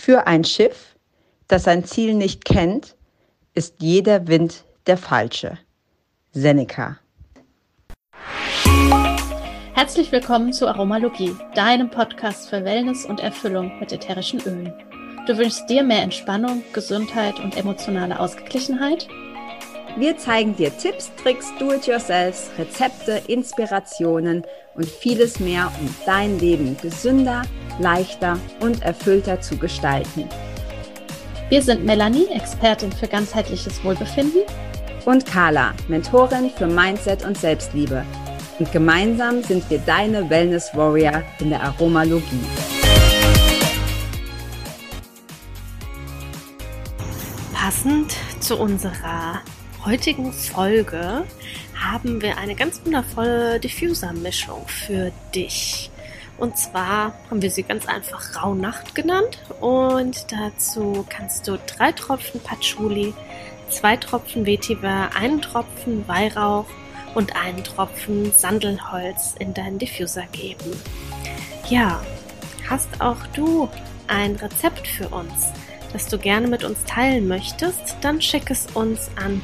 Für ein Schiff, das sein Ziel nicht kennt, ist jeder Wind der falsche. Seneca. Herzlich willkommen zu Aromalogie, deinem Podcast für Wellness und Erfüllung mit ätherischen Ölen. Du wünschst dir mehr Entspannung, Gesundheit und emotionale Ausgeglichenheit? Wir zeigen dir Tipps, Tricks, Do-it-yourselfs, Rezepte, Inspirationen und vieles mehr, um dein Leben gesünder, leichter und erfüllter zu gestalten. Wir sind Melanie, Expertin für ganzheitliches Wohlbefinden, und Carla, Mentorin für Mindset und Selbstliebe. Und gemeinsam sind wir deine Wellness Warrior in der Aromalogie. Passend zu unserer heutigen Folge haben wir eine ganz wundervolle Diffuser-Mischung für dich. Und zwar haben wir sie ganz einfach Rauhnacht genannt. Und dazu kannst du 3 Tropfen Patchouli, 2 Tropfen Vetiver, 1 Tropfen Weihrauch und 1 Tropfen Sandelholz in deinen Diffuser geben. Ja, hast auch du ein Rezept für uns, das du gerne mit uns teilen möchtest, dann schick es uns an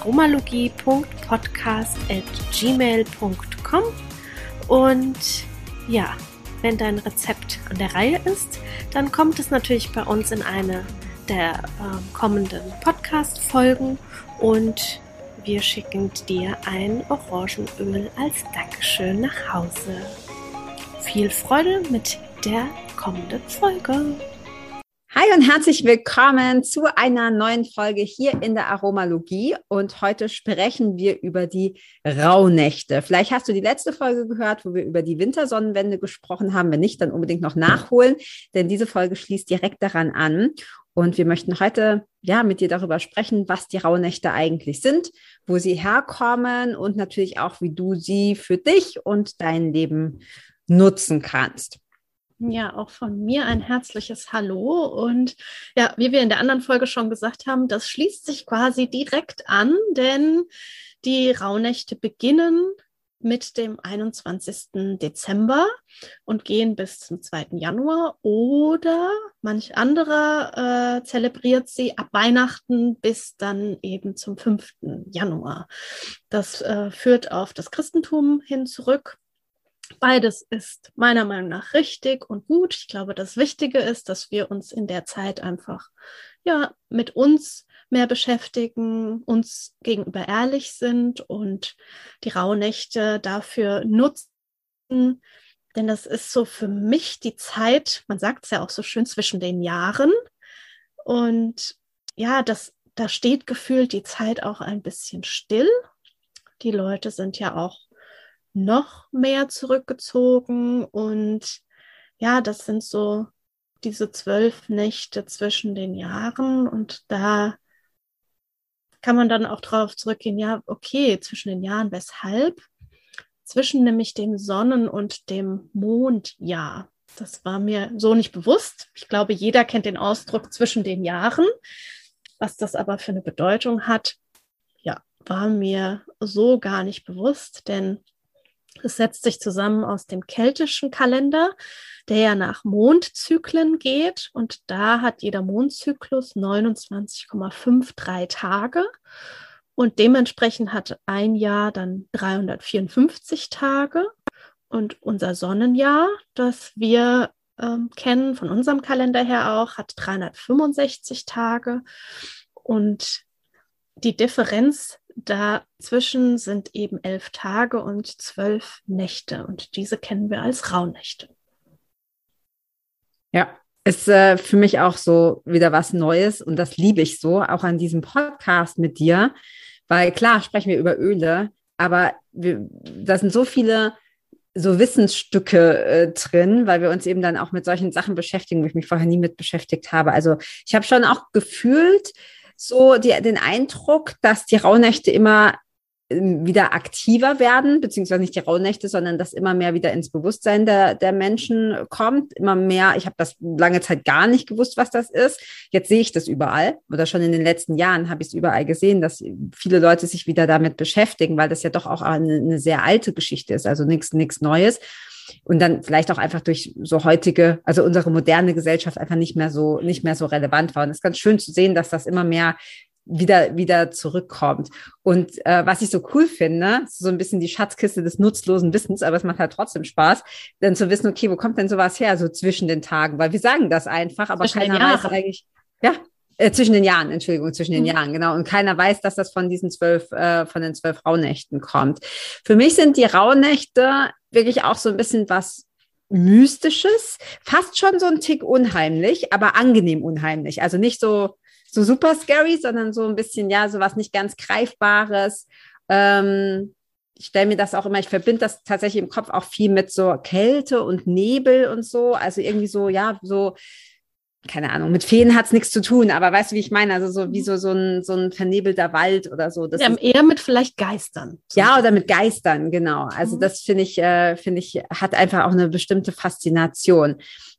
aromalogie.podcast@gmail.com. Und ja, wenn dein Rezept an der Reihe ist, dann kommt es natürlich bei uns in eine der kommenden Podcast-Folgen und wir schicken dir ein Orangenöl als Dankeschön nach Hause. Viel Freude mit der kommenden Folge. Hi und herzlich willkommen zu einer neuen Folge hier in der Aromalogie. Und heute sprechen wir über die Rauhnächte. Vielleicht hast du die letzte Folge gehört, wo wir über die Wintersonnenwende gesprochen haben. Wenn nicht, dann unbedingt noch nachholen, denn diese Folge schließt direkt daran an. Und wir möchten heute mit dir darüber sprechen, was die Rauhnächte eigentlich sind, wo sie herkommen und natürlich auch, wie du sie für dich und dein Leben nutzen kannst. Ja, auch von mir ein herzliches Hallo und ja, wie wir in der anderen Folge schon gesagt haben, das schließt sich quasi direkt an, denn die Rauhnächte beginnen mit dem 21. Dezember und gehen bis zum 2. Januar oder manch anderer zelebriert sie ab Weihnachten bis dann eben zum 5. Januar. Das führt auf das Christentum hin zurück. Beides ist meiner Meinung nach richtig und gut. Ich glaube, das Wichtige ist, dass wir uns in der Zeit einfach mit uns mehr beschäftigen, uns gegenüber ehrlich sind und die Rauhnächte dafür nutzen. Denn das ist so für mich die Zeit, man sagt es ja auch so schön, zwischen den Jahren. Und ja, da steht gefühlt die Zeit auch ein bisschen still. Die Leute sind ja auch noch mehr zurückgezogen und ja, das sind so diese 12 Nächte zwischen den Jahren und da kann man dann auch drauf zurückgehen, ja, okay, zwischen den Jahren, weshalb? Zwischen nämlich dem Sonnen- und dem Mondjahr. Das war mir so nicht bewusst. Ich glaube, jeder kennt den Ausdruck zwischen den Jahren. Was das aber für eine Bedeutung hat, ja, war mir so gar nicht bewusst, denn es setzt sich zusammen aus dem keltischen Kalender, der ja nach Mondzyklen geht. Und da hat jeder Mondzyklus 29,53 Tage. Und dementsprechend hat ein Jahr dann 354 Tage. Und unser Sonnenjahr, das wir kennen, von unserem Kalender her auch, hat 365 Tage. Und die Differenz dazwischen sind eben 11 Tage und 12 Nächte und diese kennen wir als Rauhnächte. Ja, ist für mich auch so wieder was Neues und das liebe ich so, auch an diesem Podcast mit dir, weil klar sprechen wir über Öle, aber da sind so viele so Wissensstücke drin, weil wir uns eben dann auch mit solchen Sachen beschäftigen, wo ich mich vorher nie mit beschäftigt habe. Also ich habe schon auch gefühlt, so den Eindruck, dass die Rauhnächte immer wieder aktiver werden, beziehungsweise nicht die Rauhnächte, sondern dass immer mehr wieder ins Bewusstsein der Menschen kommt. Immer mehr, ich habe das lange Zeit gar nicht gewusst, was das ist. Jetzt sehe ich das überall oder schon in den letzten Jahren habe ich es überall gesehen, dass viele Leute sich wieder damit beschäftigen, weil das ja doch auch eine sehr alte Geschichte ist, also nichts Neues. und dann vielleicht auch einfach durch so heutige, also unsere moderne Gesellschaft einfach nicht mehr so relevant war. Und es ist ganz schön zu sehen, dass das immer mehr wieder zurückkommt. Und was ich so cool finde, so ein bisschen die Schatzkiste des nutzlosen Wissens, aber es macht halt trotzdem Spaß, dann zu wissen, okay, wo kommt denn sowas her, so zwischen den Tagen? Weil wir sagen das einfach, aber keiner weiß eigentlich, ja, zwischen den Jahren, Entschuldigung, zwischen den Jahren, genau. Und keiner weiß, dass das von den 12 Rauhnächten kommt. Für mich sind die Rauhnächte wirklich auch so ein bisschen was Mystisches, fast schon so ein Tick unheimlich, aber angenehm unheimlich. Also nicht so super scary, sondern so ein bisschen, ja, so was nicht ganz Greifbares. Ich stelle mir das auch immer, ich verbinde das tatsächlich im Kopf auch viel mit so Kälte und Nebel und so. Also irgendwie so, ja, so, keine Ahnung, mit Feen hat es nichts zu tun, aber weißt du, wie ich meine? Also so wie so ein vernebelter Wald oder so. Das ja, eher mit vielleicht Geistern. Ja, oder mit Geistern, genau. Also das finde ich, hat einfach auch eine bestimmte Faszination.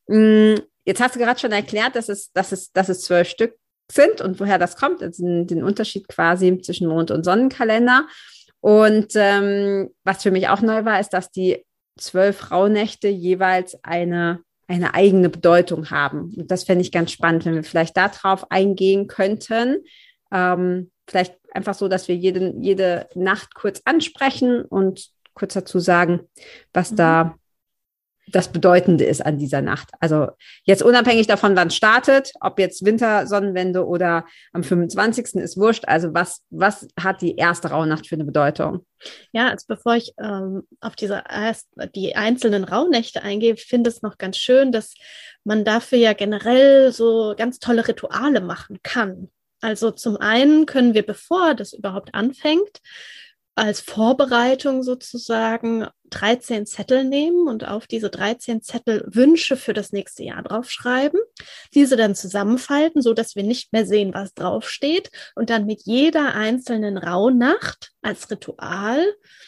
Jetzt hast du gerade schon erklärt, dass es 12 Stück sind und woher das kommt, also den Unterschied quasi zwischen Mond- und Sonnenkalender. Und was für mich auch neu war, ist, dass die 12 Rauhnächte jeweils eine eigene Bedeutung haben. Und das fände ich ganz spannend, wenn wir vielleicht darauf eingehen könnten. Vielleicht einfach so, dass wir jede Nacht kurz ansprechen und kurz dazu sagen, was da das Bedeutende ist an dieser Nacht. Also jetzt unabhängig davon, wann es startet, ob jetzt Wintersonnenwende oder am 25. ist wurscht. Also was hat die erste Rauhnacht für eine Bedeutung? Ja, also bevor ich auf die einzelnen Rauhnächte eingehe, finde ich es noch ganz schön, dass man dafür ja generell so ganz tolle Rituale machen kann. Also zum einen können wir, bevor das überhaupt anfängt, als Vorbereitung sozusagen 13 Zettel nehmen und auf diese 13 Zettel Wünsche für das nächste Jahr draufschreiben, diese dann zusammenfalten, so dass wir nicht mehr sehen, was draufsteht, und dann mit jeder einzelnen Rauhnacht als Ritual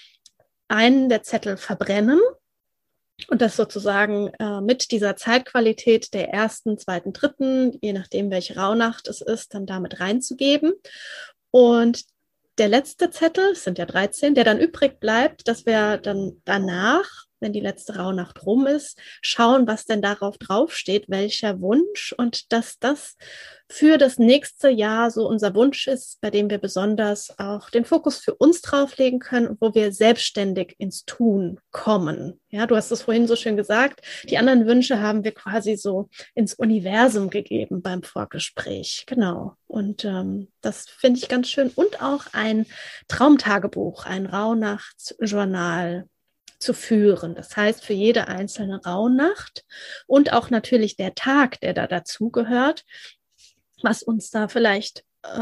einen der Zettel verbrennen und das sozusagen mit dieser Zeitqualität der ersten, zweiten, dritten, je nachdem, welche Rauhnacht es ist, dann damit reinzugeben. Und der letzte Zettel, es sind ja 13, der dann übrig bleibt, dass wir dann danach, wenn die letzte Rauhnacht rum ist, schauen, was denn darauf draufsteht, welcher Wunsch, und dass das für das nächste Jahr so unser Wunsch ist, bei dem wir besonders auch den Fokus für uns drauflegen können und wo wir selbstständig ins Tun kommen. Ja, du hast es vorhin so schön gesagt, die anderen Wünsche haben wir quasi so ins Universum gegeben beim Vorgespräch. Genau. Und das finde ich ganz schön. Und auch ein Traumtagebuch, ein Rauhnachtsjournal zu führen. Das heißt, für jede einzelne Rauhnacht und auch natürlich der Tag, der da dazugehört, was uns da vielleicht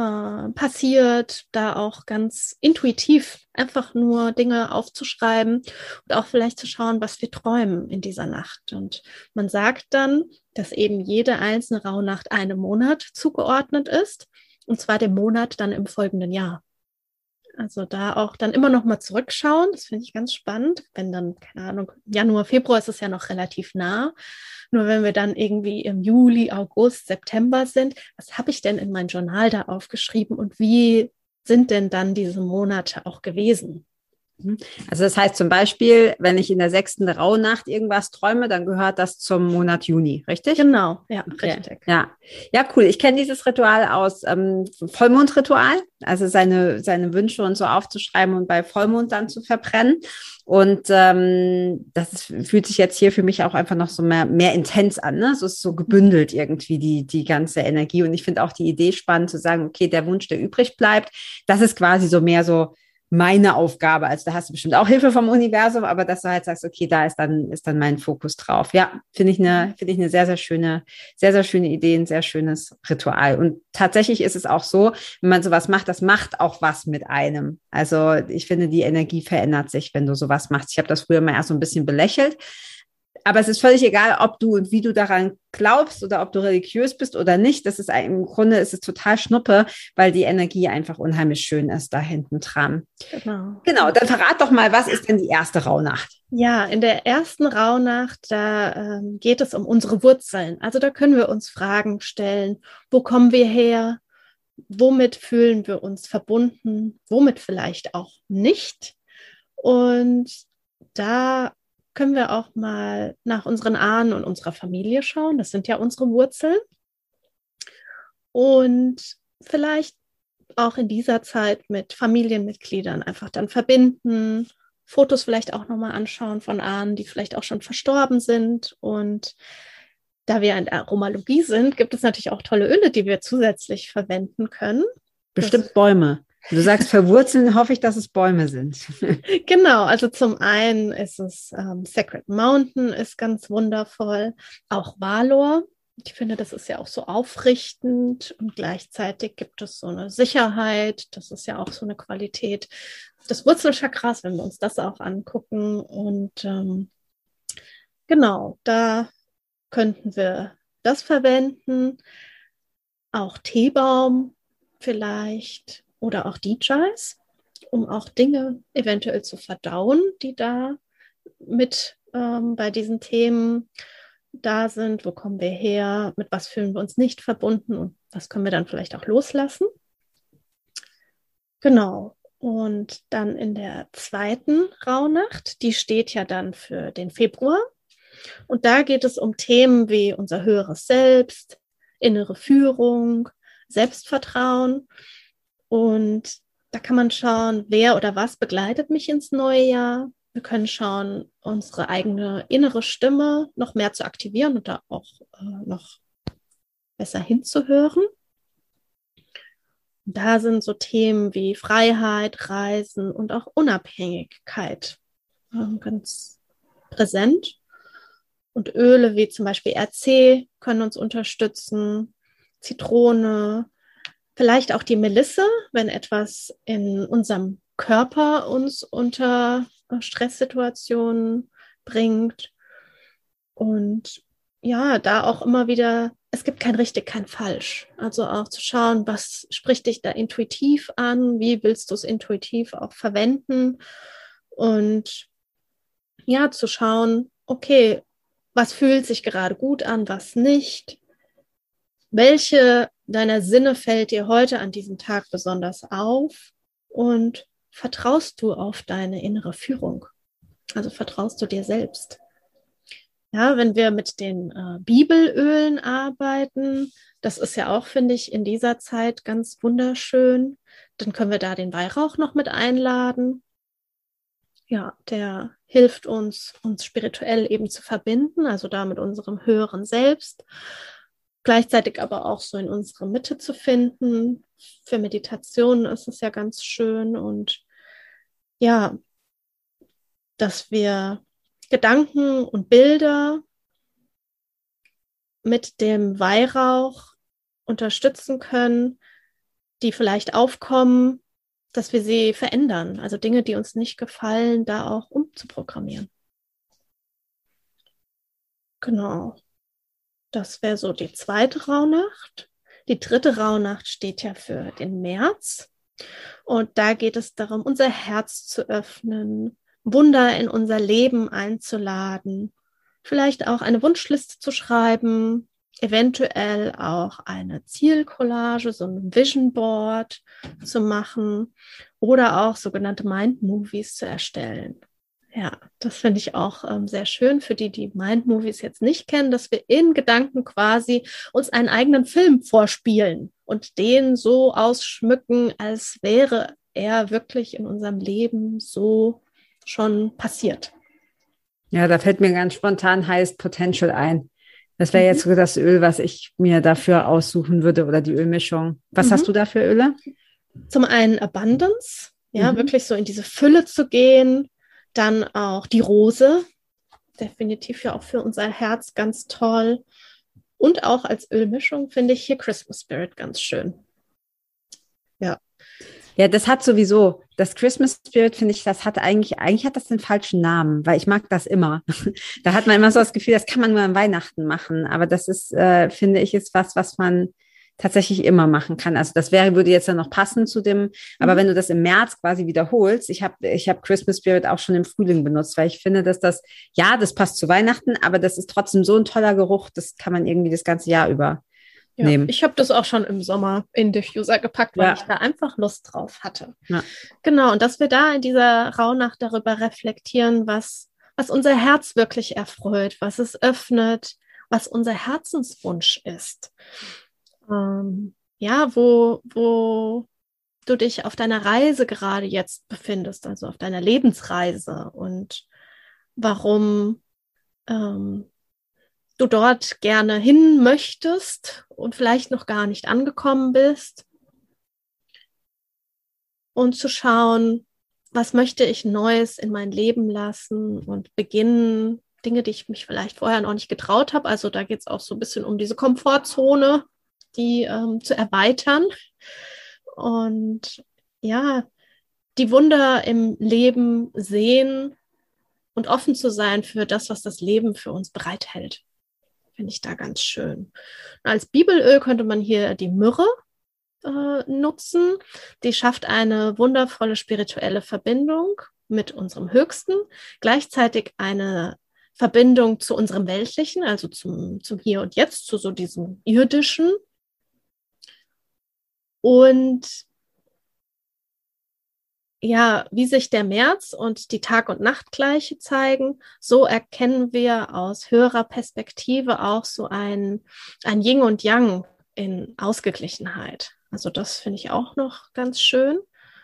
passiert, da auch ganz intuitiv einfach nur Dinge aufzuschreiben und auch vielleicht zu schauen, was wir träumen in dieser Nacht. Und man sagt dann, dass eben jede einzelne Rauhnacht einem Monat zugeordnet ist, und zwar dem Monat dann im folgenden Jahr. Also da auch dann immer noch mal zurückschauen, das finde ich ganz spannend, wenn dann, keine Ahnung, Januar, Februar ist es ja noch relativ nah, nur wenn wir dann irgendwie im Juli, August, September sind, was habe ich denn in mein Journal da aufgeschrieben und wie sind denn dann diese Monate auch gewesen? Also das heißt zum Beispiel, wenn ich in der 6. Rauhnacht irgendwas träume, dann gehört das zum Monat Juni, richtig? Genau, ja, okay. Richtig. Ja, cool. Ich kenne dieses Ritual aus Vollmondritual, also seine Wünsche und so aufzuschreiben und bei Vollmond dann zu verbrennen. Und fühlt sich jetzt hier für mich auch einfach noch so mehr intens an. Ne? So ist so gebündelt irgendwie die ganze Energie. Und ich finde auch die Idee spannend zu sagen, okay, der Wunsch, der übrig bleibt, das ist quasi so mehr so meine Aufgabe. Also da hast du bestimmt auch Hilfe vom Universum, aber dass du halt sagst, okay, da ist dann mein Fokus drauf. Ja, finde ich eine sehr, sehr schöne Idee, ein sehr schönes Ritual. Und tatsächlich ist es auch so, wenn man sowas macht, das macht auch was mit einem. Also ich finde, die Energie verändert sich, wenn du sowas machst. Ich habe das früher mal erst so ein bisschen belächelt. Aber es ist völlig egal, ob du und wie du daran glaubst oder ob du religiös bist oder nicht. Im Grunde ist es total Schnuppe, weil die Energie einfach unheimlich schön ist da hinten dran. Genau, dann verrat doch mal, was ist denn die erste Rauhnacht? Ja, in der ersten Rauhnacht, da geht es um unsere Wurzeln. Also da können wir uns Fragen stellen. Wo kommen wir her? Womit fühlen wir uns verbunden? Womit vielleicht auch nicht? Und da können wir auch mal nach unseren Ahnen und unserer Familie schauen. Das sind ja unsere Wurzeln. Und vielleicht auch in dieser Zeit mit Familienmitgliedern einfach dann verbinden, Fotos vielleicht auch nochmal anschauen von Ahnen, die vielleicht auch schon verstorben sind. Und da wir in der Aromalogie sind, gibt es natürlich auch tolle Öle, die wir zusätzlich verwenden können. Bestimmt Bäume. Du sagst verwurzeln, hoffe ich, dass es Bäume sind. Genau, also zum einen ist es Sacred Mountain ist ganz wundervoll, auch Valor. Ich finde, das ist ja auch so aufrichtend und gleichzeitig gibt es so eine Sicherheit. Das ist ja auch so eine Qualität des Wurzelchakras, wenn wir uns das auch angucken. Und genau, da könnten wir das verwenden. Auch Teebaum vielleicht oder auch DJs, um auch Dinge eventuell zu verdauen, die da mit bei diesen Themen da sind. Wo kommen wir her? Mit was fühlen wir uns nicht verbunden? Und was können wir dann vielleicht auch loslassen? Genau. Und dann in der zweiten Rauhnacht, die steht ja dann für den Februar. Und da geht es um Themen wie unser höheres Selbst, innere Führung, Selbstvertrauen. Und da kann man schauen, wer oder was begleitet mich ins neue Jahr. Wir können schauen, unsere eigene innere Stimme noch mehr zu aktivieren und da auch noch besser hinzuhören. Und da sind so Themen wie Freiheit, Reisen und auch Unabhängigkeit ganz präsent. Und Öle wie zum Beispiel RC können uns unterstützen, Zitrone, vielleicht auch die Melisse, wenn etwas in unserem Körper uns unter Stresssituationen bringt. Und ja, da auch immer wieder, es gibt kein richtig, kein falsch. Also auch zu schauen, was spricht dich da intuitiv an, wie willst du es intuitiv auch verwenden und ja, zu schauen, okay, was fühlt sich gerade gut an, was nicht. Welche deiner Sinne fällt dir heute an diesem Tag besonders auf und vertraust du auf deine innere Führung? Also vertraust du dir selbst? Ja, wenn wir mit den Bibelölen arbeiten, das ist ja auch, finde ich, in dieser Zeit ganz wunderschön. Dann können wir da den Weihrauch noch mit einladen. Ja, der hilft uns spirituell eben zu verbinden, also da mit unserem höheren Selbst. Gleichzeitig aber auch so in unsere Mitte zu finden. Für Meditationen ist es ja ganz schön und ja, dass wir Gedanken und Bilder mit dem Weihrauch unterstützen können, die vielleicht aufkommen, dass wir sie verändern. Also Dinge, die uns nicht gefallen, da auch umzuprogrammieren. Genau. Das wäre so die zweite Rauhnacht. Die dritte Rauhnacht steht ja für den März. Und da geht es darum, unser Herz zu öffnen, Wunder in unser Leben einzuladen, vielleicht auch eine Wunschliste zu schreiben, eventuell auch eine Zielcollage, so ein Vision Board zu machen oder auch sogenannte Mind Movies zu erstellen. Ja, das finde ich auch sehr schön für die, die Mind Movies jetzt nicht kennen, dass wir in Gedanken quasi uns einen eigenen Film vorspielen und den so ausschmücken, als wäre er wirklich in unserem Leben so schon passiert. Ja, da fällt mir ganz spontan Highest Potential ein. Das wäre jetzt so das Öl, was ich mir dafür aussuchen würde oder die Ölmischung. Was hast du da für Öle? Zum einen Abundance, ja, wirklich so in diese Fülle zu gehen. Dann auch die Rose, definitiv ja auch für unser Herz ganz toll. Und auch als Ölmischung finde ich hier Christmas Spirit ganz schön. Ja. Ja, das hat sowieso, das Christmas Spirit, finde ich, das hat eigentlich hat das den falschen Namen, weil ich mag das immer. Da hat man immer so das Gefühl, das kann man nur an Weihnachten machen. Aber das ist, finde ich, ist was man tatsächlich immer machen kann. Also das würde jetzt ja noch passen zu dem, aber wenn du das im März quasi wiederholst, ich hab Christmas Spirit auch schon im Frühling benutzt, weil ich finde, dass das passt zu Weihnachten, aber das ist trotzdem so ein toller Geruch, das kann man irgendwie das ganze Jahr über nehmen. Ich habe das auch schon im Sommer in Diffuser gepackt, weil ich da einfach Lust drauf hatte. Ja. Genau, und dass wir da in dieser Rauhnacht darüber reflektieren, was was unser Herz wirklich erfreut, was es öffnet, was unser Herzenswunsch ist. Wo du dich auf deiner Reise gerade jetzt befindest, also auf deiner Lebensreise und warum du dort gerne hin möchtest und vielleicht noch gar nicht angekommen bist. Und zu schauen, was möchte ich Neues in mein Leben lassen und beginnen, Dinge, die ich mich vielleicht vorher noch nicht getraut habe. Also da geht es auch so ein bisschen um diese Komfortzone, die zu erweitern. Und ja, die Wunder im Leben sehen und offen zu sein für das, was das Leben für uns bereithält. Finde ich da ganz schön. Als Bibelöl könnte man hier die Myrrhe nutzen. Die schafft eine wundervolle spirituelle Verbindung mit unserem Höchsten, gleichzeitig eine Verbindung zu unserem Weltlichen, also zum Hier und Jetzt, zu so diesem Irdischen. Und ja, wie sich der März und die Tag- und Nachtgleiche zeigen, so erkennen wir aus höherer Perspektive auch so ein Yin und Yang in Ausgeglichenheit. Also das finde ich auch noch ganz schön.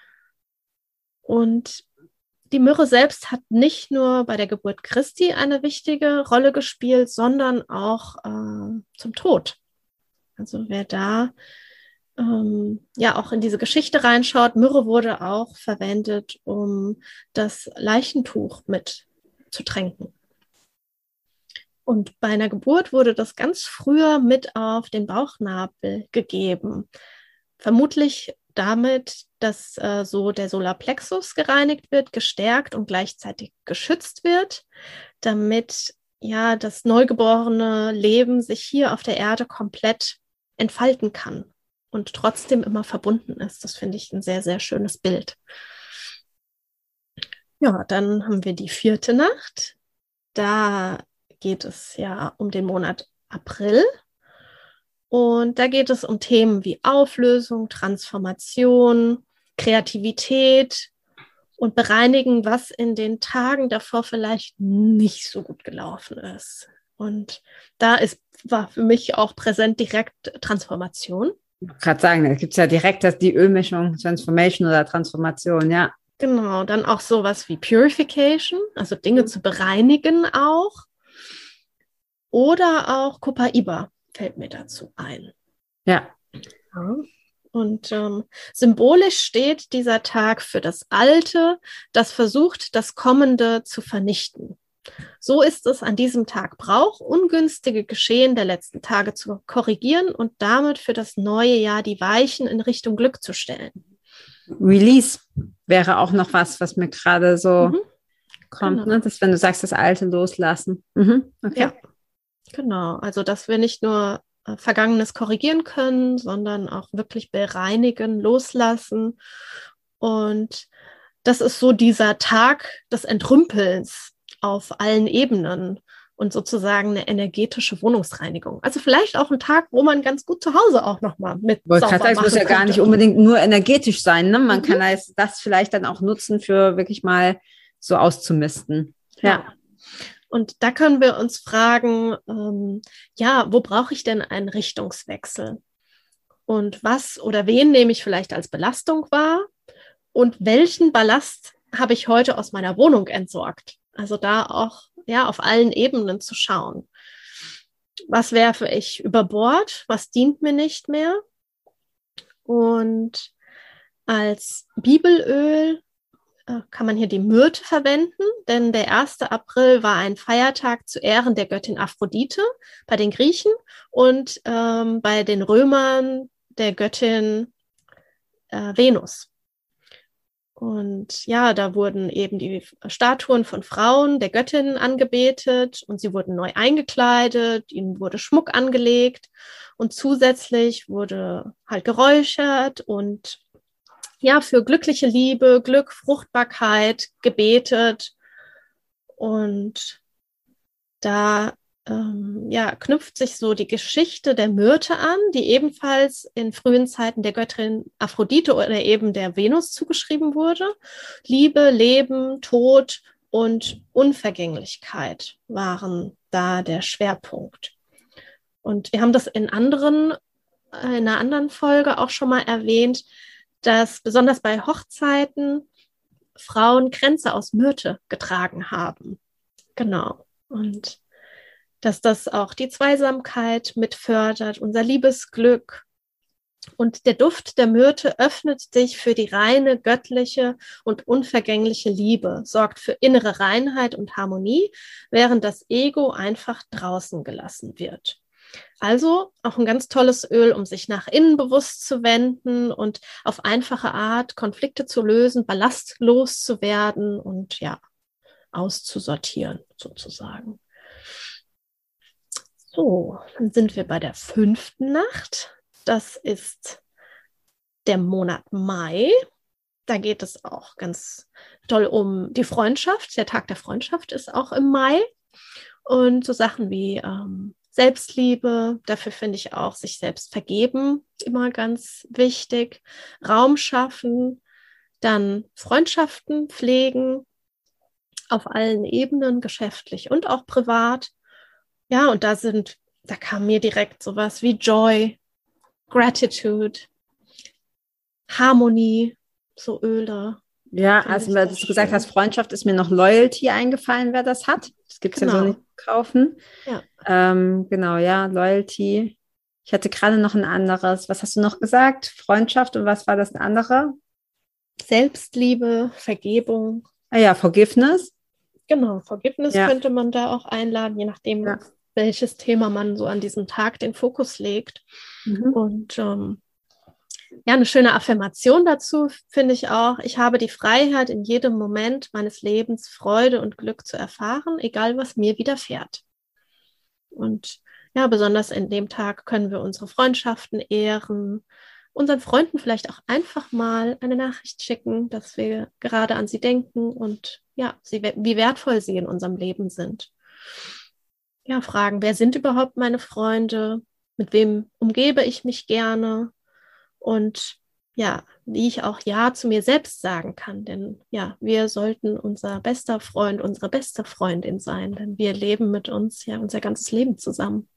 Und die Myrrhe selbst hat nicht nur bei der Geburt Christi eine wichtige Rolle gespielt, sondern auch zum Tod. Also wer da auch in diese Geschichte reinschaut, Myrrhe wurde auch verwendet, um das Leichentuch mit zu tränken. Und bei einer Geburt wurde das ganz früher mit auf den Bauchnabel gegeben. Vermutlich damit, dass so der Solarplexus gereinigt wird, gestärkt und gleichzeitig geschützt wird, damit ja das neugeborene Leben sich hier auf der Erde komplett entfalten kann und trotzdem immer verbunden ist. Das finde ich ein sehr, sehr schönes Bild. Ja, dann haben wir die 4. Nacht. Da geht es ja um den Monat April. Und da geht es um Themen wie Auflösung, Transformation, Kreativität und bereinigen, was in den Tagen davor vielleicht nicht so gut gelaufen ist. Und da war für mich auch präsent direkt Transformation. Ich wollte gerade sagen, da gibt es ja direkt die Ölmischung, Transformation oder Transformation, ja. Genau, dann auch sowas wie Purification, also Dinge zu bereinigen auch. Oder auch Copaiba fällt mir dazu ein. Ja. Und symbolisch steht dieser Tag für das Alte, das versucht, das Kommende zu vernichten. So ist es an diesem Tag Brauch, ungünstige Geschehen der letzten Tage zu korrigieren und damit für das neue Jahr die Weichen in Richtung Glück zu stellen. Release wäre auch noch was mir gerade so kommt, genau. ne? Dass, wenn du sagst, das Alte loslassen. Okay. Ja, genau. Also, dass wir nicht nur Vergangenes korrigieren können, sondern auch wirklich bereinigen, loslassen. Und das ist so dieser Tag des Entrümpelns auf allen Ebenen und sozusagen eine energetische Wohnungsreinigung. Also vielleicht auch ein Tag, wo man ganz gut zu Hause auch nochmal mit sauber machen könnte. Es muss ja gar nicht unbedingt nur energetisch sein, ne? Man kann das vielleicht dann auch nutzen, für wirklich mal so auszumisten. Ja. Und da können wir uns fragen, wo brauche ich denn einen Richtungswechsel? Und was oder wen nehme ich vielleicht als Belastung wahr? Und welchen Ballast habe ich heute aus meiner Wohnung entsorgt? Also da auch auf allen Ebenen zu schauen. Was werfe ich über Bord? Was dient mir nicht mehr? Und als Bibelöl kann man hier die Myrte verwenden, denn der 1. April war ein Feiertag zu Ehren der Göttin Aphrodite bei den Griechen und bei den Römern der Göttin Venus. Und ja, da wurden eben die Statuen von Frauen der Göttinnen angebetet und sie wurden neu eingekleidet, ihnen wurde Schmuck angelegt und zusätzlich wurde halt geräuchert und ja, für glückliche Liebe, Glück, Fruchtbarkeit gebetet. Und da knüpft sich so die Geschichte der Myrte an, die ebenfalls in frühen Zeiten der Göttin Aphrodite oder eben der Venus zugeschrieben wurde. Liebe, Leben, Tod und Unvergänglichkeit waren da der Schwerpunkt. Und wir haben das in einer anderen Folge auch schon mal erwähnt, dass besonders bei Hochzeiten Frauen Kränze aus Myrte getragen haben. Genau. Und dass das auch die Zweisamkeit mit fördert, unser Liebesglück. Und der Duft der Myrte öffnet sich für die reine, göttliche und unvergängliche Liebe, sorgt für innere Reinheit und Harmonie, während das Ego einfach draußen gelassen wird. Also auch ein ganz tolles Öl, um sich nach innen bewusst zu wenden und auf einfache Art Konflikte zu lösen, ballastlos zu werden und ja, auszusortieren sozusagen. So, dann sind wir bei der 5. Nacht. Das ist der Monat Mai. Da geht es auch ganz toll um die Freundschaft. Der Tag der Freundschaft ist auch im Mai. Und so Sachen wie Selbstliebe, dafür finde ich auch sich selbst vergeben immer ganz wichtig. Raum schaffen, dann Freundschaften pflegen auf allen Ebenen, geschäftlich und auch privat. Ja, und da kam mir direkt sowas wie Joy, Gratitude, Harmonie, so Öle. Ja, also weil du gesagt hast, Freundschaft, ist mir noch Loyalty eingefallen, wer das hat. Das gibt es ja so nicht zu kaufen. Ja. Genau, ja, Loyalty. Ich hatte gerade noch ein anderes. Was hast du noch gesagt? Freundschaft und was war das andere? Selbstliebe, Vergebung. Ah ja, Forgiveness. Genau, Forgiveness könnte man da auch einladen, je nachdem, welches Thema man so an diesem Tag den Fokus legt. Und eine schöne Affirmation dazu finde ich auch: Ich habe die Freiheit, in jedem Moment meines Lebens Freude und Glück zu erfahren, egal was mir widerfährt. Und ja, besonders in dem Tag können wir unsere Freundschaften ehren, unseren Freunden vielleicht auch einfach mal eine Nachricht schicken, dass wir gerade an sie denken und ja, wie wertvoll sie in unserem Leben sind. Ja, fragen, wer sind überhaupt meine Freunde? Mit wem umgebe ich mich gerne? Und ja, wie ich auch Ja zu mir selbst sagen kann. Denn ja, wir sollten unser bester Freund, unsere beste Freundin sein, denn wir leben mit uns ja unser ganzes Leben zusammen.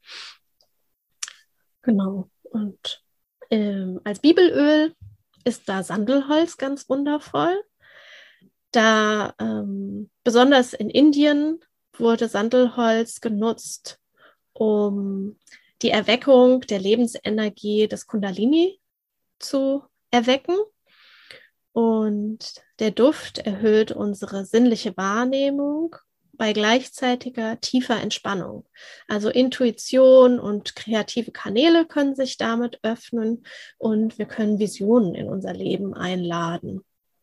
Genau. Und als Bibelöl ist da Sandelholz ganz wundervoll. Da besonders in Indien wurde Sandelholz genutzt, um die Erweckung der Lebensenergie des Kundalini zu erwecken. Und der Duft erhöht unsere sinnliche Wahrnehmung bei gleichzeitiger tiefer Entspannung. Also Intuition und kreative Kanäle können sich damit öffnen und wir können Visionen in unser Leben einladen.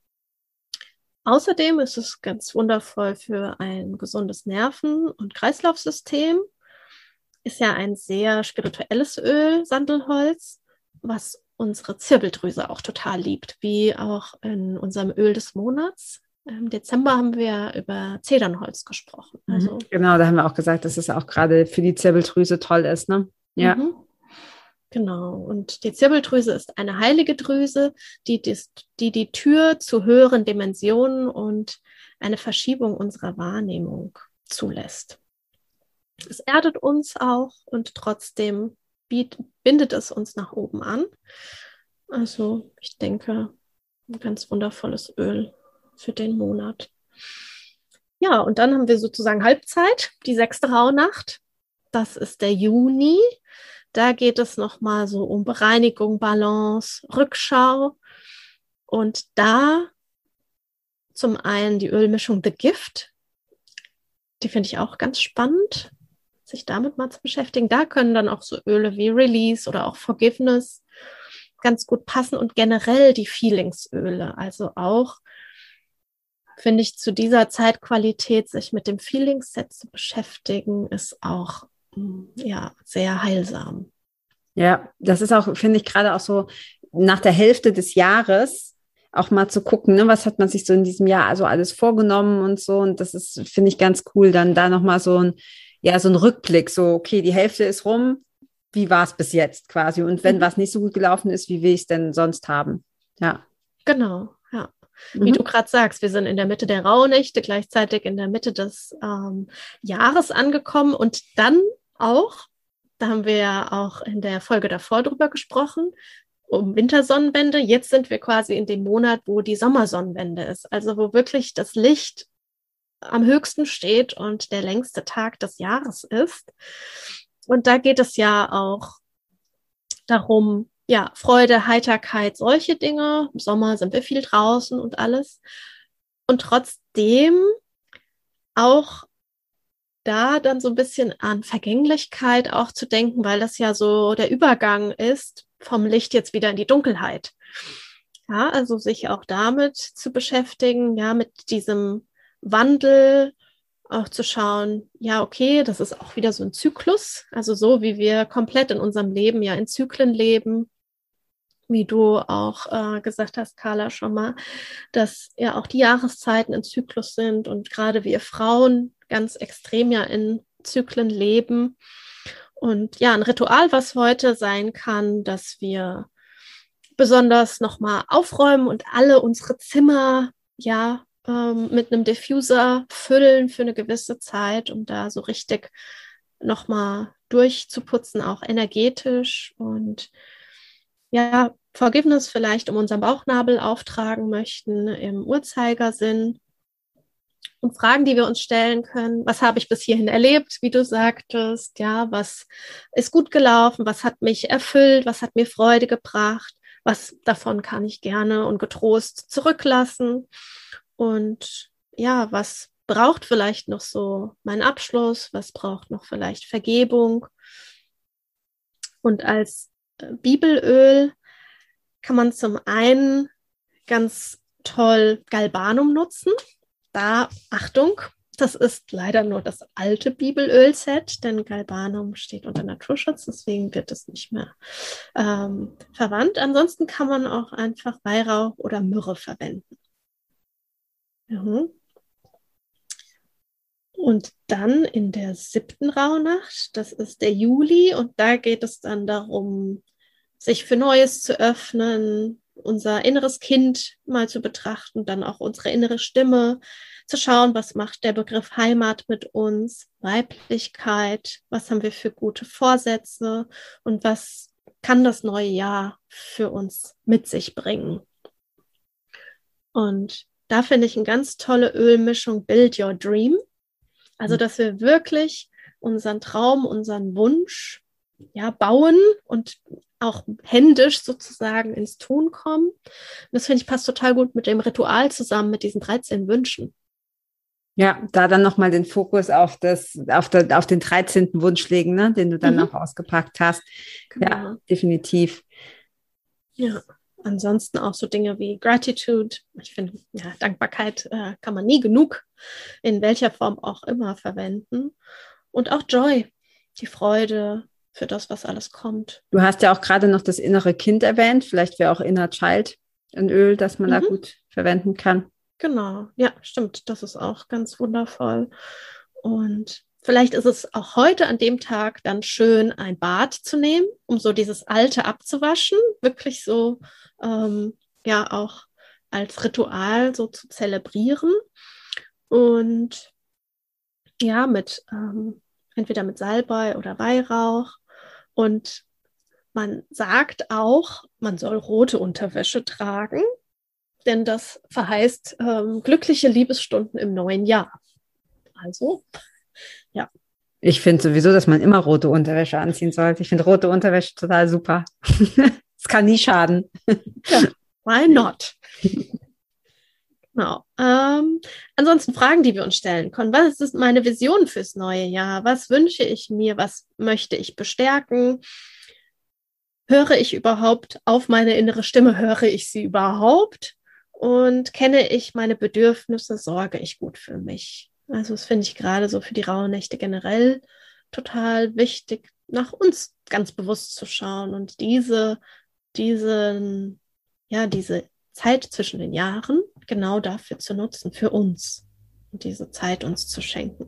Außerdem ist es ganz wundervoll für ein gesundes Nerven- und Kreislaufsystem. Ist ja ein sehr spirituelles Öl, Sandelholz, was unsere Zirbeldrüse auch total liebt, wie auch in unserem Öl des Monats. Im Dezember haben wir über Zedernholz gesprochen. Also, genau, da haben wir auch gesagt, dass es auch gerade für die Zirbeldrüse toll ist, ne? Ja. Genau. Und die Zirbeldrüse ist eine heilige Drüse, die die Tür zu höheren Dimensionen und eine Verschiebung unserer Wahrnehmung zulässt. Es erdet uns auch und trotzdem bindet es uns nach oben an. Also ich denke, ein ganz wundervolles Öl für den Monat. Ja, und dann haben wir sozusagen Halbzeit, die 6. Rauhnacht. Das ist der Juni. Da geht es nochmal so um Bereinigung, Balance, Rückschau. Und da zum einen die Ölmischung The Gift. Die finde ich auch ganz spannend, sich damit mal zu beschäftigen. Da können dann auch so Öle wie Release oder auch Forgiveness ganz gut passen und generell die Feelingsöle. Also auch, finde ich, zu dieser Zeitqualität sich mit dem Feelingsset zu beschäftigen, ist auch ja sehr heilsam. Ja, das ist auch, finde ich, gerade auch so nach der Hälfte des Jahres auch mal zu gucken, ne, was hat man sich so in diesem Jahr also alles vorgenommen und so. Und das ist, finde ich, ganz cool, dann da nochmal so ein Rückblick, so, okay, die Hälfte ist rum, wie war es bis jetzt quasi? Und wenn was nicht so gut gelaufen ist, wie will ich es denn sonst haben? Ja. Genau, ja. wie du gerade sagst, wir sind in der Mitte der Rauhnächte, gleichzeitig in der Mitte des Jahres angekommen und dann auch, da haben wir ja auch in der Folge davor drüber gesprochen, um Wintersonnenwende. Jetzt sind wir quasi in dem Monat, wo die Sommersonnenwende ist, also wo wirklich das Licht am höchsten steht und der längste Tag des Jahres ist. Und da geht es ja auch darum, ja, Freude, Heiterkeit, solche Dinge. Im Sommer sind wir viel draußen und alles. Und trotzdem auch da dann so ein bisschen an Vergänglichkeit auch zu denken, weil das ja so der Übergang ist vom Licht jetzt wieder in die Dunkelheit. Ja, also sich auch damit zu beschäftigen, ja, mit diesem Wandel, auch zu schauen, ja, okay, das ist auch wieder so ein Zyklus, also so wie wir komplett in unserem Leben ja in Zyklen leben, wie du auch gesagt hast, Carla, schon mal, dass ja auch die Jahreszeiten in Zyklus sind und gerade wir Frauen ganz extrem ja in Zyklen leben. Und ja, ein Ritual, was heute sein kann, dass wir besonders nochmal aufräumen und alle unsere Zimmer, ja, mit einem Diffuser füllen für eine gewisse Zeit, um da so richtig nochmal durchzuputzen, auch energetisch und ja, Forgiveness vielleicht um unseren Bauchnabel auftragen möchten im Uhrzeigersinn und Fragen, die wir uns stellen können. Was habe ich bis hierhin erlebt, wie du sagtest? Ja, was ist gut gelaufen? Was hat mich erfüllt? Was hat mir Freude gebracht? Was davon kann ich gerne und getrost zurücklassen? Und ja, was braucht vielleicht noch so meinen Abschluss? Was braucht noch vielleicht Vergebung? Und als Bibelöl kann man zum einen ganz toll Galbanum nutzen. Da, Achtung, das ist leider nur das alte Bibelöl-Set, denn Galbanum steht unter Naturschutz, deswegen wird es nicht mehr verwandt. Ansonsten kann man auch einfach Weihrauch oder Myrrhe verwenden. Mhm. Und dann in der 7. Rauhnacht, das ist der Juli, und da geht es dann darum, sich für Neues zu öffnen, unser inneres Kind mal zu betrachten, dann auch unsere innere Stimme, zu schauen, was macht der Begriff Heimat mit uns, Weiblichkeit, was haben wir für gute Vorsätze und was kann das neue Jahr für uns mit sich bringen. Und da finde ich eine ganz tolle Ölmischung Build Your Dream. Also, dass wir wirklich unseren Traum, unseren Wunsch ja, bauen und auch händisch sozusagen ins Tun kommen. Und das finde ich passt total gut mit dem Ritual zusammen, mit diesen 13 Wünschen. Ja, da dann nochmal den Fokus auf den 13. Wunsch legen, ne, den du dann noch ausgepackt hast. Genau. Ja, definitiv. Ja, ansonsten auch so Dinge wie Gratitude. Ich finde, ja, Dankbarkeit kann man nie genug in welcher Form auch immer verwenden. Und auch Joy, die Freude für das, was alles kommt. Du hast ja auch gerade noch das innere Kind erwähnt. Vielleicht wäre auch Inner Child ein Öl, das man da gut verwenden kann. Genau, ja, stimmt. Das ist auch ganz wundervoll. Und vielleicht ist es auch heute an dem Tag dann schön, ein Bad zu nehmen, um so dieses Alte abzuwaschen, wirklich so, ja, auch als Ritual so zu zelebrieren. Und ja, entweder mit Salbei oder Weihrauch. Und man sagt auch, man soll rote Unterwäsche tragen, denn das verheißt glückliche Liebesstunden im neuen Jahr. Also, ja. Ich finde sowieso, dass man immer rote Unterwäsche anziehen sollte. Ich finde rote Unterwäsche total super. Es kann nie schaden. Ja, why not? Genau. Ansonsten Fragen, die wir uns stellen können. Was ist meine Vision fürs neue Jahr? Was wünsche ich mir? Was möchte ich bestärken? Höre ich überhaupt auf meine innere Stimme? Höre ich sie überhaupt? Und kenne ich meine Bedürfnisse? Sorge ich gut für mich? Also das finde ich gerade so für die Rauhnächte generell total wichtig, nach uns ganz bewusst zu schauen und diese Zeit zwischen den Jahren genau dafür zu nutzen, für uns und diese Zeit uns zu schenken.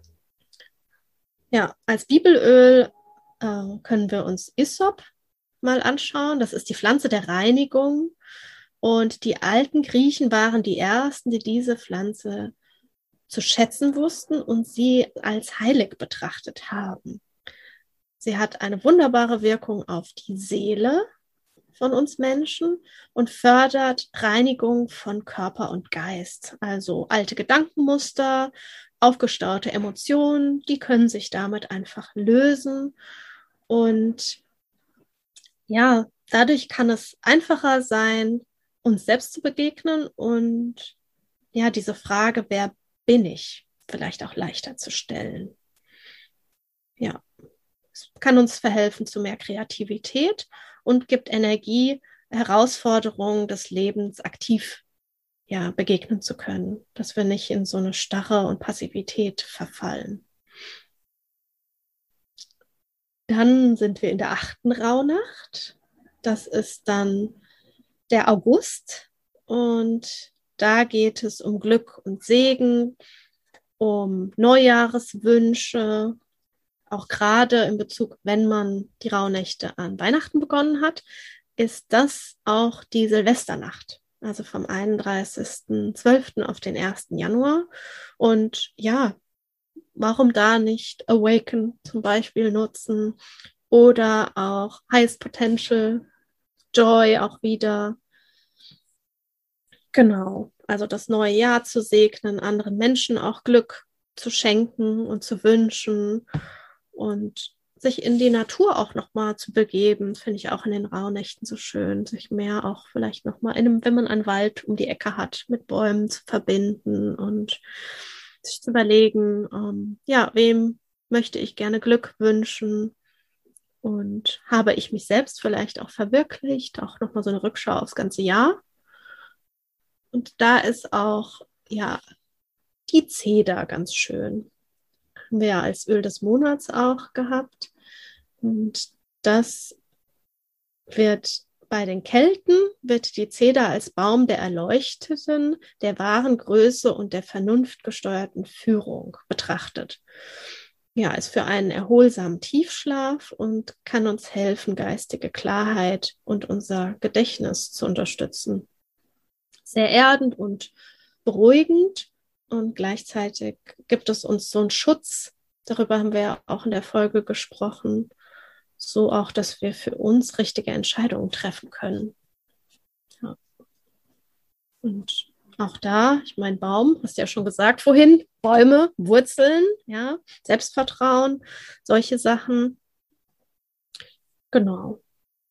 Ja, als Bibelöl können wir uns Isop mal anschauen. Das ist die Pflanze der Reinigung. Und die alten Griechen waren die ersten, die diese Pflanze zu schätzen wussten und sie als heilig betrachtet haben. Sie hat eine wunderbare Wirkung auf die Seele von uns Menschen und fördert Reinigung von Körper und Geist. Also alte Gedankenmuster, aufgestaute Emotionen, die können sich damit einfach lösen. Und ja, dadurch kann es einfacher sein, uns selbst zu begegnen und ja, diese Frage, wer bin ich, vielleicht auch leichter zu stellen. Ja, es kann uns verhelfen zu mehr Kreativität und gibt Energie, Herausforderungen des Lebens aktiv ja, begegnen zu können, dass wir nicht in so eine Starre und Passivität verfallen. Dann sind wir in der 8. Rauhnacht. Das ist dann der August und da geht es um Glück und Segen, um Neujahreswünsche, auch gerade in Bezug, wenn man die Rauhnächte an Weihnachten begonnen hat, ist das auch die Silvesternacht, also vom 31.12. auf den 1. Januar. Und ja, warum da nicht Awaken zum Beispiel nutzen oder auch Highest Potential, Joy auch wieder. Genau, also das neue Jahr zu segnen, anderen Menschen auch Glück zu schenken und zu wünschen und sich in die Natur auch nochmal zu begeben, finde ich auch in den Rauhnächten so schön, sich mehr auch vielleicht nochmal, wenn man einen Wald um die Ecke hat, mit Bäumen zu verbinden und sich zu überlegen, ja, wem möchte ich gerne Glück wünschen und habe ich mich selbst vielleicht auch verwirklicht, auch nochmal so eine Rückschau aufs ganze Jahr. Und da ist auch, ja, die Zeder ganz schön. Haben wir ja als Öl des Monats auch gehabt. Und das wird bei den Kelten, wird die Zeder als Baum der Erleuchteten, der wahren Größe und der vernunftgesteuerten Führung betrachtet. Ja, ist für einen erholsamen Tiefschlaf und kann uns helfen, geistige Klarheit und unser Gedächtnis zu unterstützen. Sehr erdend und beruhigend und gleichzeitig gibt es uns so einen Schutz. Darüber haben wir ja auch in der Folge gesprochen. So auch, dass wir für uns richtige Entscheidungen treffen können. Ja. Und auch da, ich meine, Baum, hast du ja schon gesagt vorhin, Bäume, Wurzeln, ja, Selbstvertrauen, solche Sachen. Genau.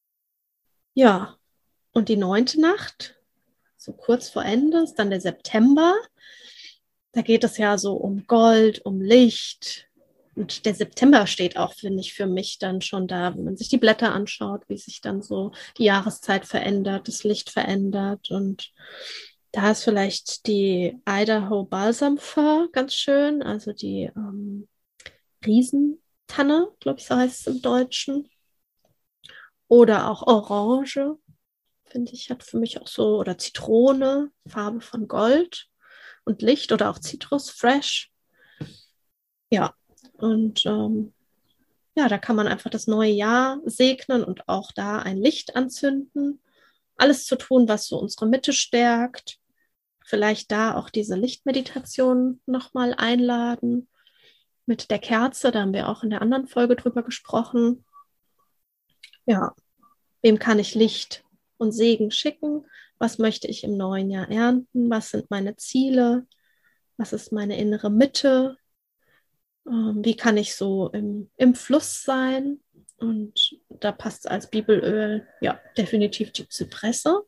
Ja, und die 9. Nacht, so kurz vor Ende, ist dann der September. Da geht es ja so um Gold, um Licht. Und der September steht auch, finde ich, für mich dann schon da, wenn man sich die Blätter anschaut, wie sich dann so die Jahreszeit verändert, das Licht verändert. Und da ist vielleicht die Idaho Balsam Fir ganz schön, also die Riesentanne, glaube ich, so heißt es im Deutschen. Oder auch Orange, finde ich, hat für mich auch so, oder Zitrone, Farbe von Gold und Licht oder auch Zitrus Fresh. Ja, und ja, da kann man einfach das neue Jahr segnen und auch da ein Licht anzünden. Alles zu tun, was so unsere Mitte stärkt. Vielleicht da auch diese Lichtmeditation nochmal einladen. Mit der Kerze, da haben wir auch in der anderen Folge drüber gesprochen. Ja, wem kann ich Licht und Segen schicken? Was möchte ich im neuen Jahr ernten? Was sind meine Ziele? Was ist meine innere Mitte? Wie kann ich so im Fluss sein? Und da passt als Bibelöl ja definitiv die Zypresse.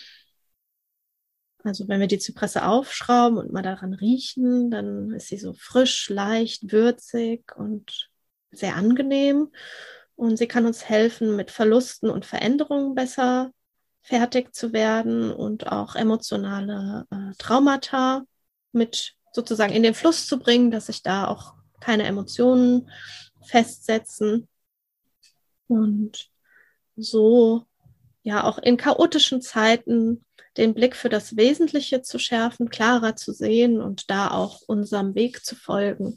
Also wenn wir die Zypresse aufschrauben und mal daran riechen, dann ist sie so frisch, leicht, würzig und sehr angenehm. Und sie kann uns helfen, mit Verlusten und Veränderungen besser fertig zu werden und auch emotionale Traumata mit sozusagen in den Fluss zu bringen, dass sich da auch keine Emotionen festsetzen und so ja auch in chaotischen Zeiten den Blick für das Wesentliche zu schärfen, klarer zu sehen und da auch unserem Weg zu folgen.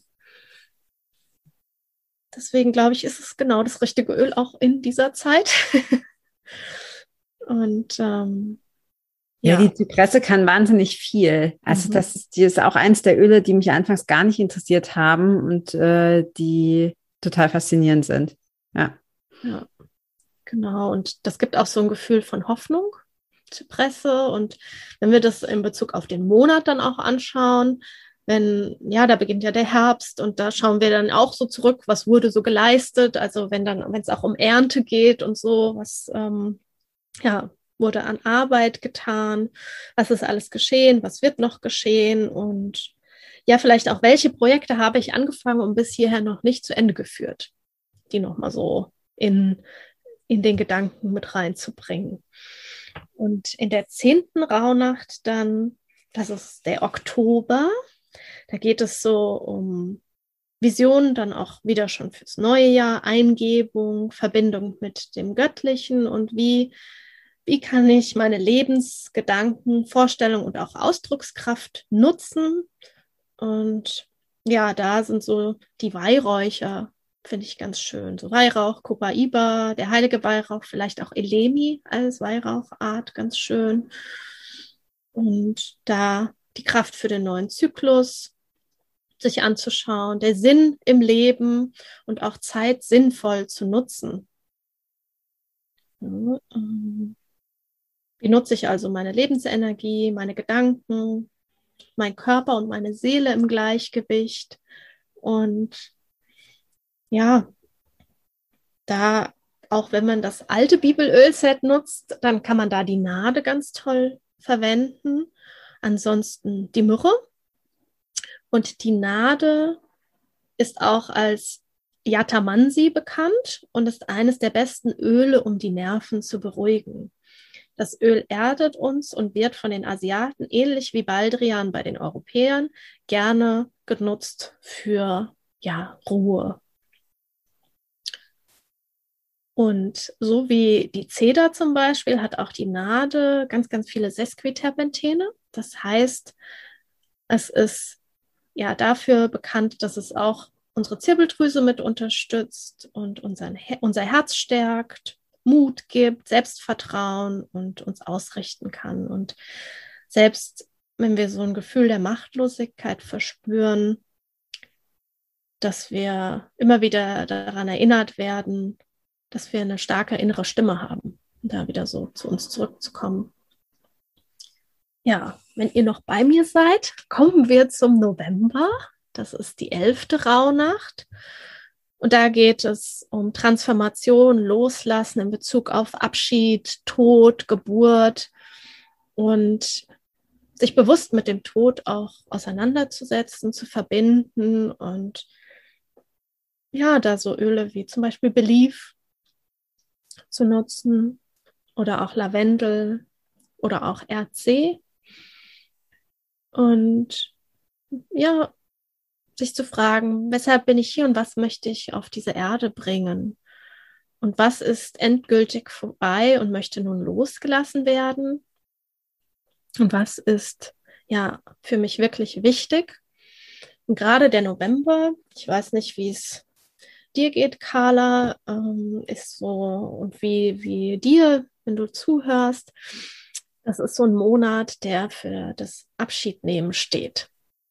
Deswegen glaube ich, ist es genau das richtige Öl auch in dieser Zeit. Und Ja, die Zypresse kann wahnsinnig viel. Also die ist auch eins der Öle, die mich anfangs gar nicht interessiert haben und die total faszinierend sind. Ja, genau. Und das gibt auch so ein Gefühl von Hoffnung, Zypresse. Und wenn wir das in Bezug auf den Monat dann auch anschauen, da beginnt ja der Herbst und da schauen wir dann auch so zurück, was wurde so geleistet. Also wenn es auch um Ernte geht und so, was wurde an Arbeit getan, was ist alles geschehen, was wird noch geschehen und ja, vielleicht auch, welche Projekte habe ich angefangen und bis hierher noch nicht zu Ende geführt, die nochmal so in den Gedanken mit reinzubringen. Und in der 10. Rauhnacht dann, das ist der Oktober, da geht es so um Visionen dann auch wieder schon fürs neue Jahr, Eingebung, Verbindung mit dem Göttlichen und wie kann ich meine Lebensgedanken, Vorstellungen und auch Ausdruckskraft nutzen. Und ja, da sind so die Weihräucher, finde ich ganz schön. So Weihrauch, Copaiba, der heilige Weihrauch, vielleicht auch Elemi als Weihrauchart, ganz schön. Und da die Kraft für den neuen Zyklus sich anzuschauen, der Sinn im Leben und auch Zeit sinnvoll zu nutzen. Wie nutze ich also meine Lebensenergie, meine Gedanken, mein Körper und meine Seele im Gleichgewicht? Und ja, da, auch wenn man das alte Bibelölset nutzt, dann kann man da die Nade ganz toll verwenden. Ansonsten die Myrrhe. Und die Nade ist auch als Yatamansi bekannt und ist eines der besten Öle, um die Nerven zu beruhigen. Das Öl erdet uns und wird von den Asiaten, ähnlich wie Baldrian bei den Europäern, gerne genutzt für Ruhe. Und so wie die Zeder zum Beispiel hat auch die Nade ganz, ganz viele Sesquiterpentene. Das heißt, es ist dafür bekannt, dass es auch unsere Zirbeldrüse mit unterstützt und unser Herz stärkt, Mut gibt, Selbstvertrauen und uns ausrichten kann. Und selbst wenn wir so ein Gefühl der Machtlosigkeit verspüren, dass wir immer wieder daran erinnert werden, dass wir eine starke innere Stimme haben, um da wieder so zu uns zurückzukommen. Ja, wenn ihr noch bei mir seid, kommen wir zum November. Das ist die 11. Rauhnacht. Und da geht es um Transformation, Loslassen in Bezug auf Abschied, Tod, Geburt und sich bewusst mit dem Tod auch auseinanderzusetzen, zu verbinden und da so Öle wie zum Beispiel Belief zu nutzen oder auch Lavendel oder auch RC. Und sich zu fragen, weshalb bin ich hier und was möchte ich auf diese Erde bringen? Und was ist endgültig vorbei und möchte nun losgelassen werden? Und was ist für mich wirklich wichtig? Und gerade der November, ich weiß nicht, wie es dir geht, Carla, ist so, und wie dir, wenn du zuhörst, das ist so ein Monat, der für das Abschiednehmen steht.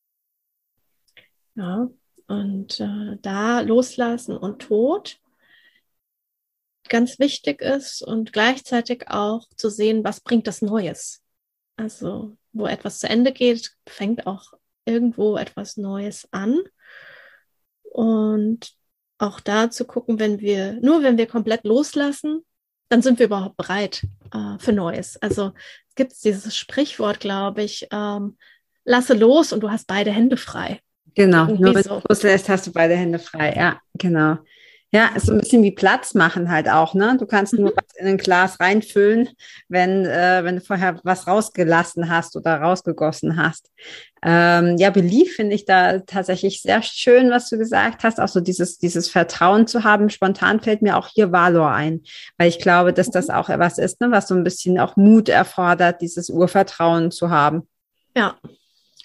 Ja, und da Loslassen und Tod ganz wichtig ist und gleichzeitig auch zu sehen, was bringt das Neues. Also wo etwas zu Ende geht, fängt auch irgendwo etwas Neues an. Und auch da zu gucken, wenn wir komplett loslassen, dann sind wir überhaupt bereit für Neues. Also es gibt dieses Sprichwort, glaube ich, lasse los und du hast beide Hände frei. Genau, nur wenn du loslässt, hast du beide Hände frei. Ja, genau. Ja, ist so ein bisschen wie Platz machen halt auch, ne? Du kannst nur was in ein Glas reinfüllen, wenn du vorher was rausgelassen hast oder rausgegossen hast. Belief finde ich da tatsächlich sehr schön, was du gesagt hast, auch so dieses Vertrauen zu haben. Spontan fällt mir auch hier Valor ein, weil ich glaube, dass das auch etwas ist, ne, was so ein bisschen auch Mut erfordert, dieses Urvertrauen zu haben. Ja,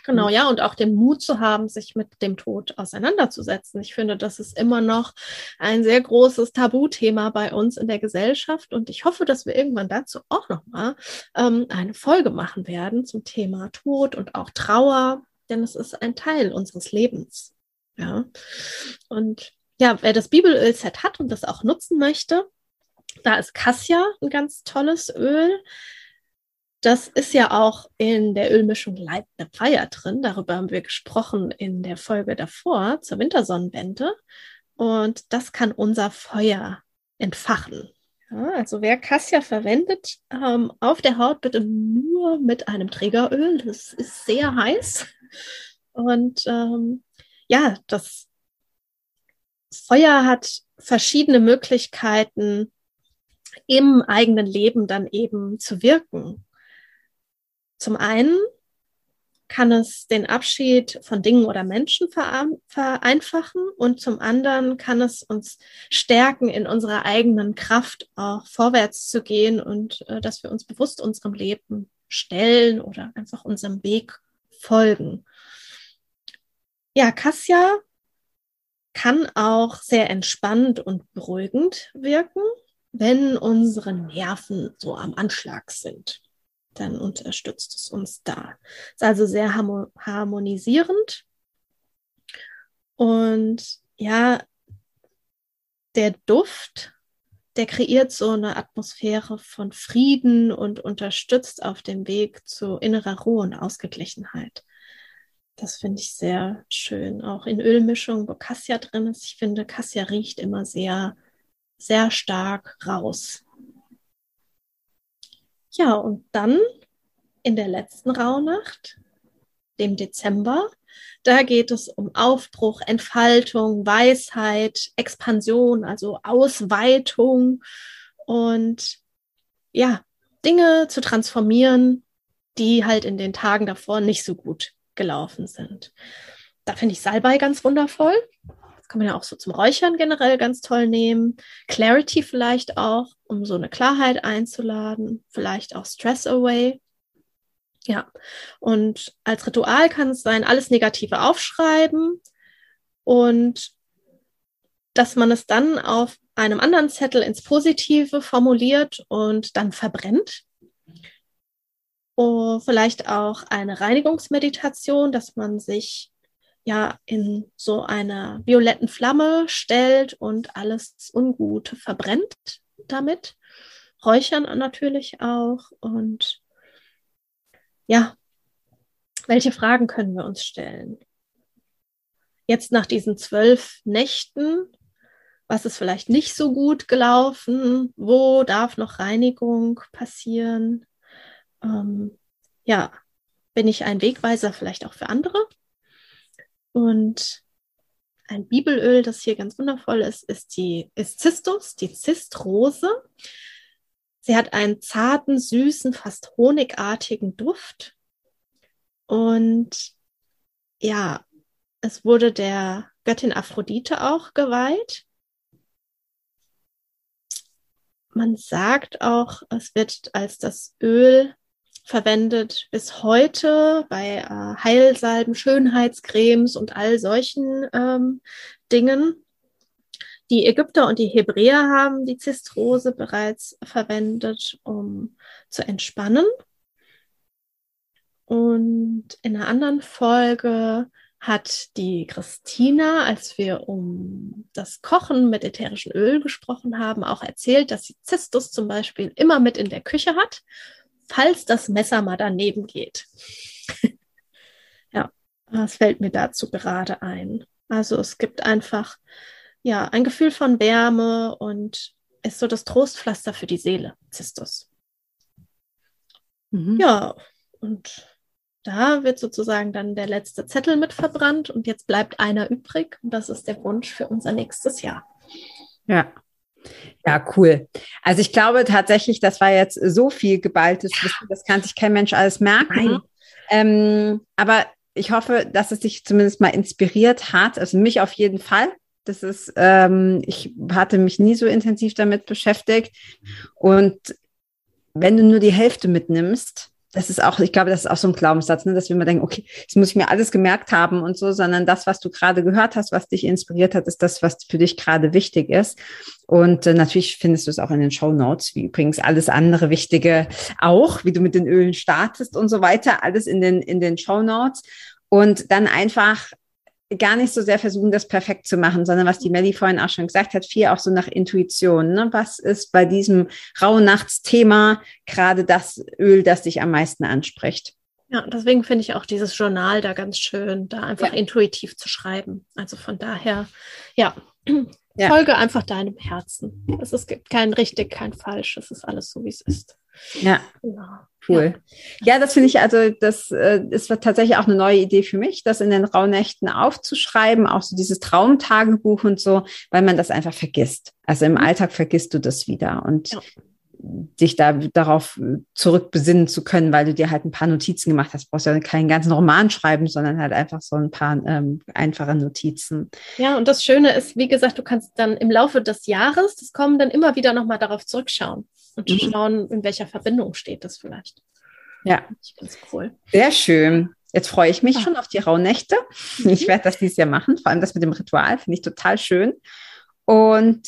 Genau, ja, und auch den Mut zu haben, sich mit dem Tod auseinanderzusetzen. Ich finde, das ist immer noch ein sehr großes Tabuthema bei uns in der Gesellschaft. Und ich hoffe, dass wir irgendwann dazu auch nochmal eine Folge machen werden zum Thema Tod und auch Trauer, denn es ist ein Teil unseres Lebens. Ja, und ja, wer das Bibelöl-Set hat und das auch nutzen möchte, da ist Cassia ein ganz tolles Öl. Das ist ja auch in der Ölmischung Light the Fire drin. Darüber haben wir gesprochen in der Folge davor zur Wintersonnenwende. Und das kann unser Feuer entfachen. Ja, also wer Cassia verwendet, auf der Haut bitte nur mit einem Trägeröl. Das ist sehr heiß. Und ja, das Feuer hat verschiedene Möglichkeiten, im eigenen Leben dann eben zu wirken. Zum einen kann es den Abschied von Dingen oder Menschen vereinfachen und zum anderen kann es uns stärken, in unserer eigenen Kraft auch vorwärts zu gehen und dass wir uns bewusst unserem Leben stellen oder einfach unserem Weg folgen. Ja, Cassia kann auch sehr entspannend und beruhigend wirken, wenn unsere Nerven so am Anschlag sind. Dann unterstützt es uns da. Ist also sehr harmonisierend. Und ja, der Duft, der kreiert so eine Atmosphäre von Frieden und unterstützt auf dem Weg zu innerer Ruhe und Ausgeglichenheit. Das finde ich sehr schön. Auch in Ölmischung, wo Cassia drin ist. Ich finde, Cassia riecht immer sehr, sehr stark raus. Ja, und dann in der letzten Rauhnacht, dem Dezember, da geht es um Aufbruch, Entfaltung, Weisheit, Expansion, also Ausweitung und ja, Dinge zu transformieren, die halt in den Tagen davor nicht so gut gelaufen sind. Da finde ich Salbei ganz wundervoll. Das kann man ja auch so zum Räuchern generell ganz toll nehmen. Clarity vielleicht auch, um so eine Klarheit einzuladen. Vielleicht auch Stress Away. Ja, und als Ritual kann es sein, alles Negative aufschreiben und dass man es dann auf einem anderen Zettel ins Positive formuliert und dann verbrennt. Oder vielleicht auch eine Reinigungsmeditation, dass man sich ja in so einer violetten Flamme stellt und alles Ungute verbrennt damit. Räuchern natürlich auch. Und ja, welche Fragen können wir uns stellen? Jetzt nach diesen 12 Nächten, was ist vielleicht nicht so gut gelaufen? Wo darf noch Reinigung passieren? Ja, bin ich ein Wegweiser vielleicht auch für andere? Und ein Bibelöl, das hier ganz wundervoll ist, ist Cistus, die Zistrose. Sie hat einen zarten, süßen, fast honigartigen Duft. Und ja, es wurde der Göttin Aphrodite auch geweiht. Man sagt auch, es wird als das Öl verwendet bis heute bei Heilsalben, Schönheitscremes und all solchen Dingen. Die Ägypter und die Hebräer haben die Zistrose bereits verwendet, um zu entspannen. Und in einer anderen Folge hat die Christina, als wir um das Kochen mit ätherischem Öl gesprochen haben, auch erzählt, dass sie Cistus zum Beispiel immer mit in der Küche hat, falls das Messer mal daneben geht. Ja, das fällt mir dazu gerade ein. Also es gibt einfach ja ein Gefühl von Wärme und ist so das Trostpflaster für die Seele, Cistus. Ja, und da wird sozusagen dann der letzte Zettel mit verbrannt und jetzt bleibt einer übrig und das ist der Wunsch für unser nächstes Jahr. Ja. Ja, cool. Also ich glaube tatsächlich, das war jetzt so viel geballtes Wissen, das kann sich kein Mensch alles merken. Aber ich hoffe, dass es dich zumindest mal inspiriert hat. Also mich auf jeden Fall. Das ist, ich hatte mich nie so intensiv damit beschäftigt. Und wenn du nur die Hälfte mitnimmst, das ist auch, ich glaube, das ist auch so ein Glaubenssatz, ne, dass wir immer denken, okay, jetzt muss ich mir alles gemerkt haben und so, sondern das, was du gerade gehört hast, was dich inspiriert hat, ist das, was für dich gerade wichtig ist. Und natürlich findest du es auch in den Shownotes, wie übrigens alles andere Wichtige auch, wie du mit den Ölen startest und so weiter, alles in den Shownotes. Und dann einfach gar nicht so sehr versuchen, das perfekt zu machen, sondern was die Melli vorhin auch schon gesagt hat, viel auch so nach Intuition. Ne? Was ist bei diesem Rauhnachtsthema gerade das Öl, das dich am meisten anspricht? Ja, deswegen finde ich auch dieses Journal da ganz schön, da einfach intuitiv zu schreiben. Also von daher, folge einfach deinem Herzen. Es gibt kein richtig, kein falsch. Es ist alles so, wie es ist. Ja, genau. Cool. Ja, das finde ich, also das ist tatsächlich auch eine neue Idee für mich, das in den Rauhnächten aufzuschreiben, auch so dieses Traumtagebuch und so, weil man das einfach vergisst. Also im Alltag vergisst du das wieder und dich darauf zurückbesinnen zu können, weil du dir halt ein paar Notizen gemacht hast. Du brauchst ja keinen ganzen Roman schreiben, sondern halt einfach so ein paar einfache Notizen. Ja, und das Schöne ist, wie gesagt, du kannst dann im Laufe des Jahres, das kommen dann immer wieder nochmal darauf zurückschauen. Und schauen, in welcher Verbindung steht das vielleicht. Ja. Ganz cool. Sehr schön. Jetzt freue ich mich schon auf die Rauhnächte. Ich werde das dieses Jahr machen. Vor allem das mit dem Ritual finde ich total schön. Und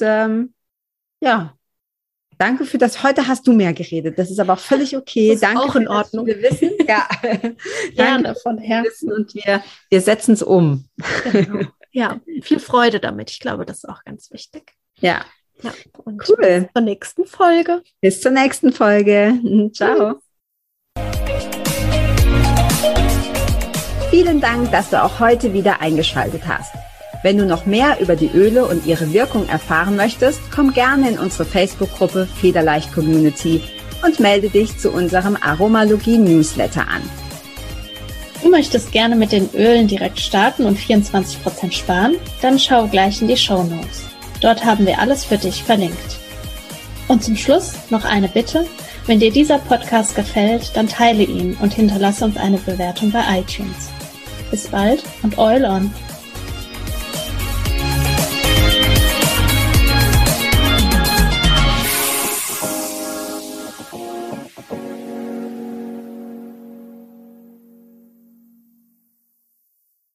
danke für das. Heute hast du mehr geredet. Das ist aber auch völlig okay. Das ist danke auch in Ordnung. Wir wissen. Ja. Gerne von Herzen. Und wir setzen es um. Genau. Ja, viel Freude damit. Ich glaube, das ist auch ganz wichtig. Ja. Ja, und cool. Bis zur nächsten Folge. Bis zur nächsten Folge. Ciao. Vielen Dank, dass du auch heute wieder eingeschaltet hast. Wenn du noch mehr über die Öle und ihre Wirkung erfahren möchtest, komm gerne in unsere Facebook-Gruppe Federleicht Community und melde dich zu unserem Aromalogie-Newsletter an. Du möchtest gerne mit den Ölen direkt starten und 24% sparen? Dann schau gleich in die Shownotes. Dort haben wir alles für dich verlinkt. Und zum Schluss noch eine Bitte. Wenn dir dieser Podcast gefällt, dann teile ihn und hinterlasse uns eine Bewertung bei iTunes. Bis bald und Oil on!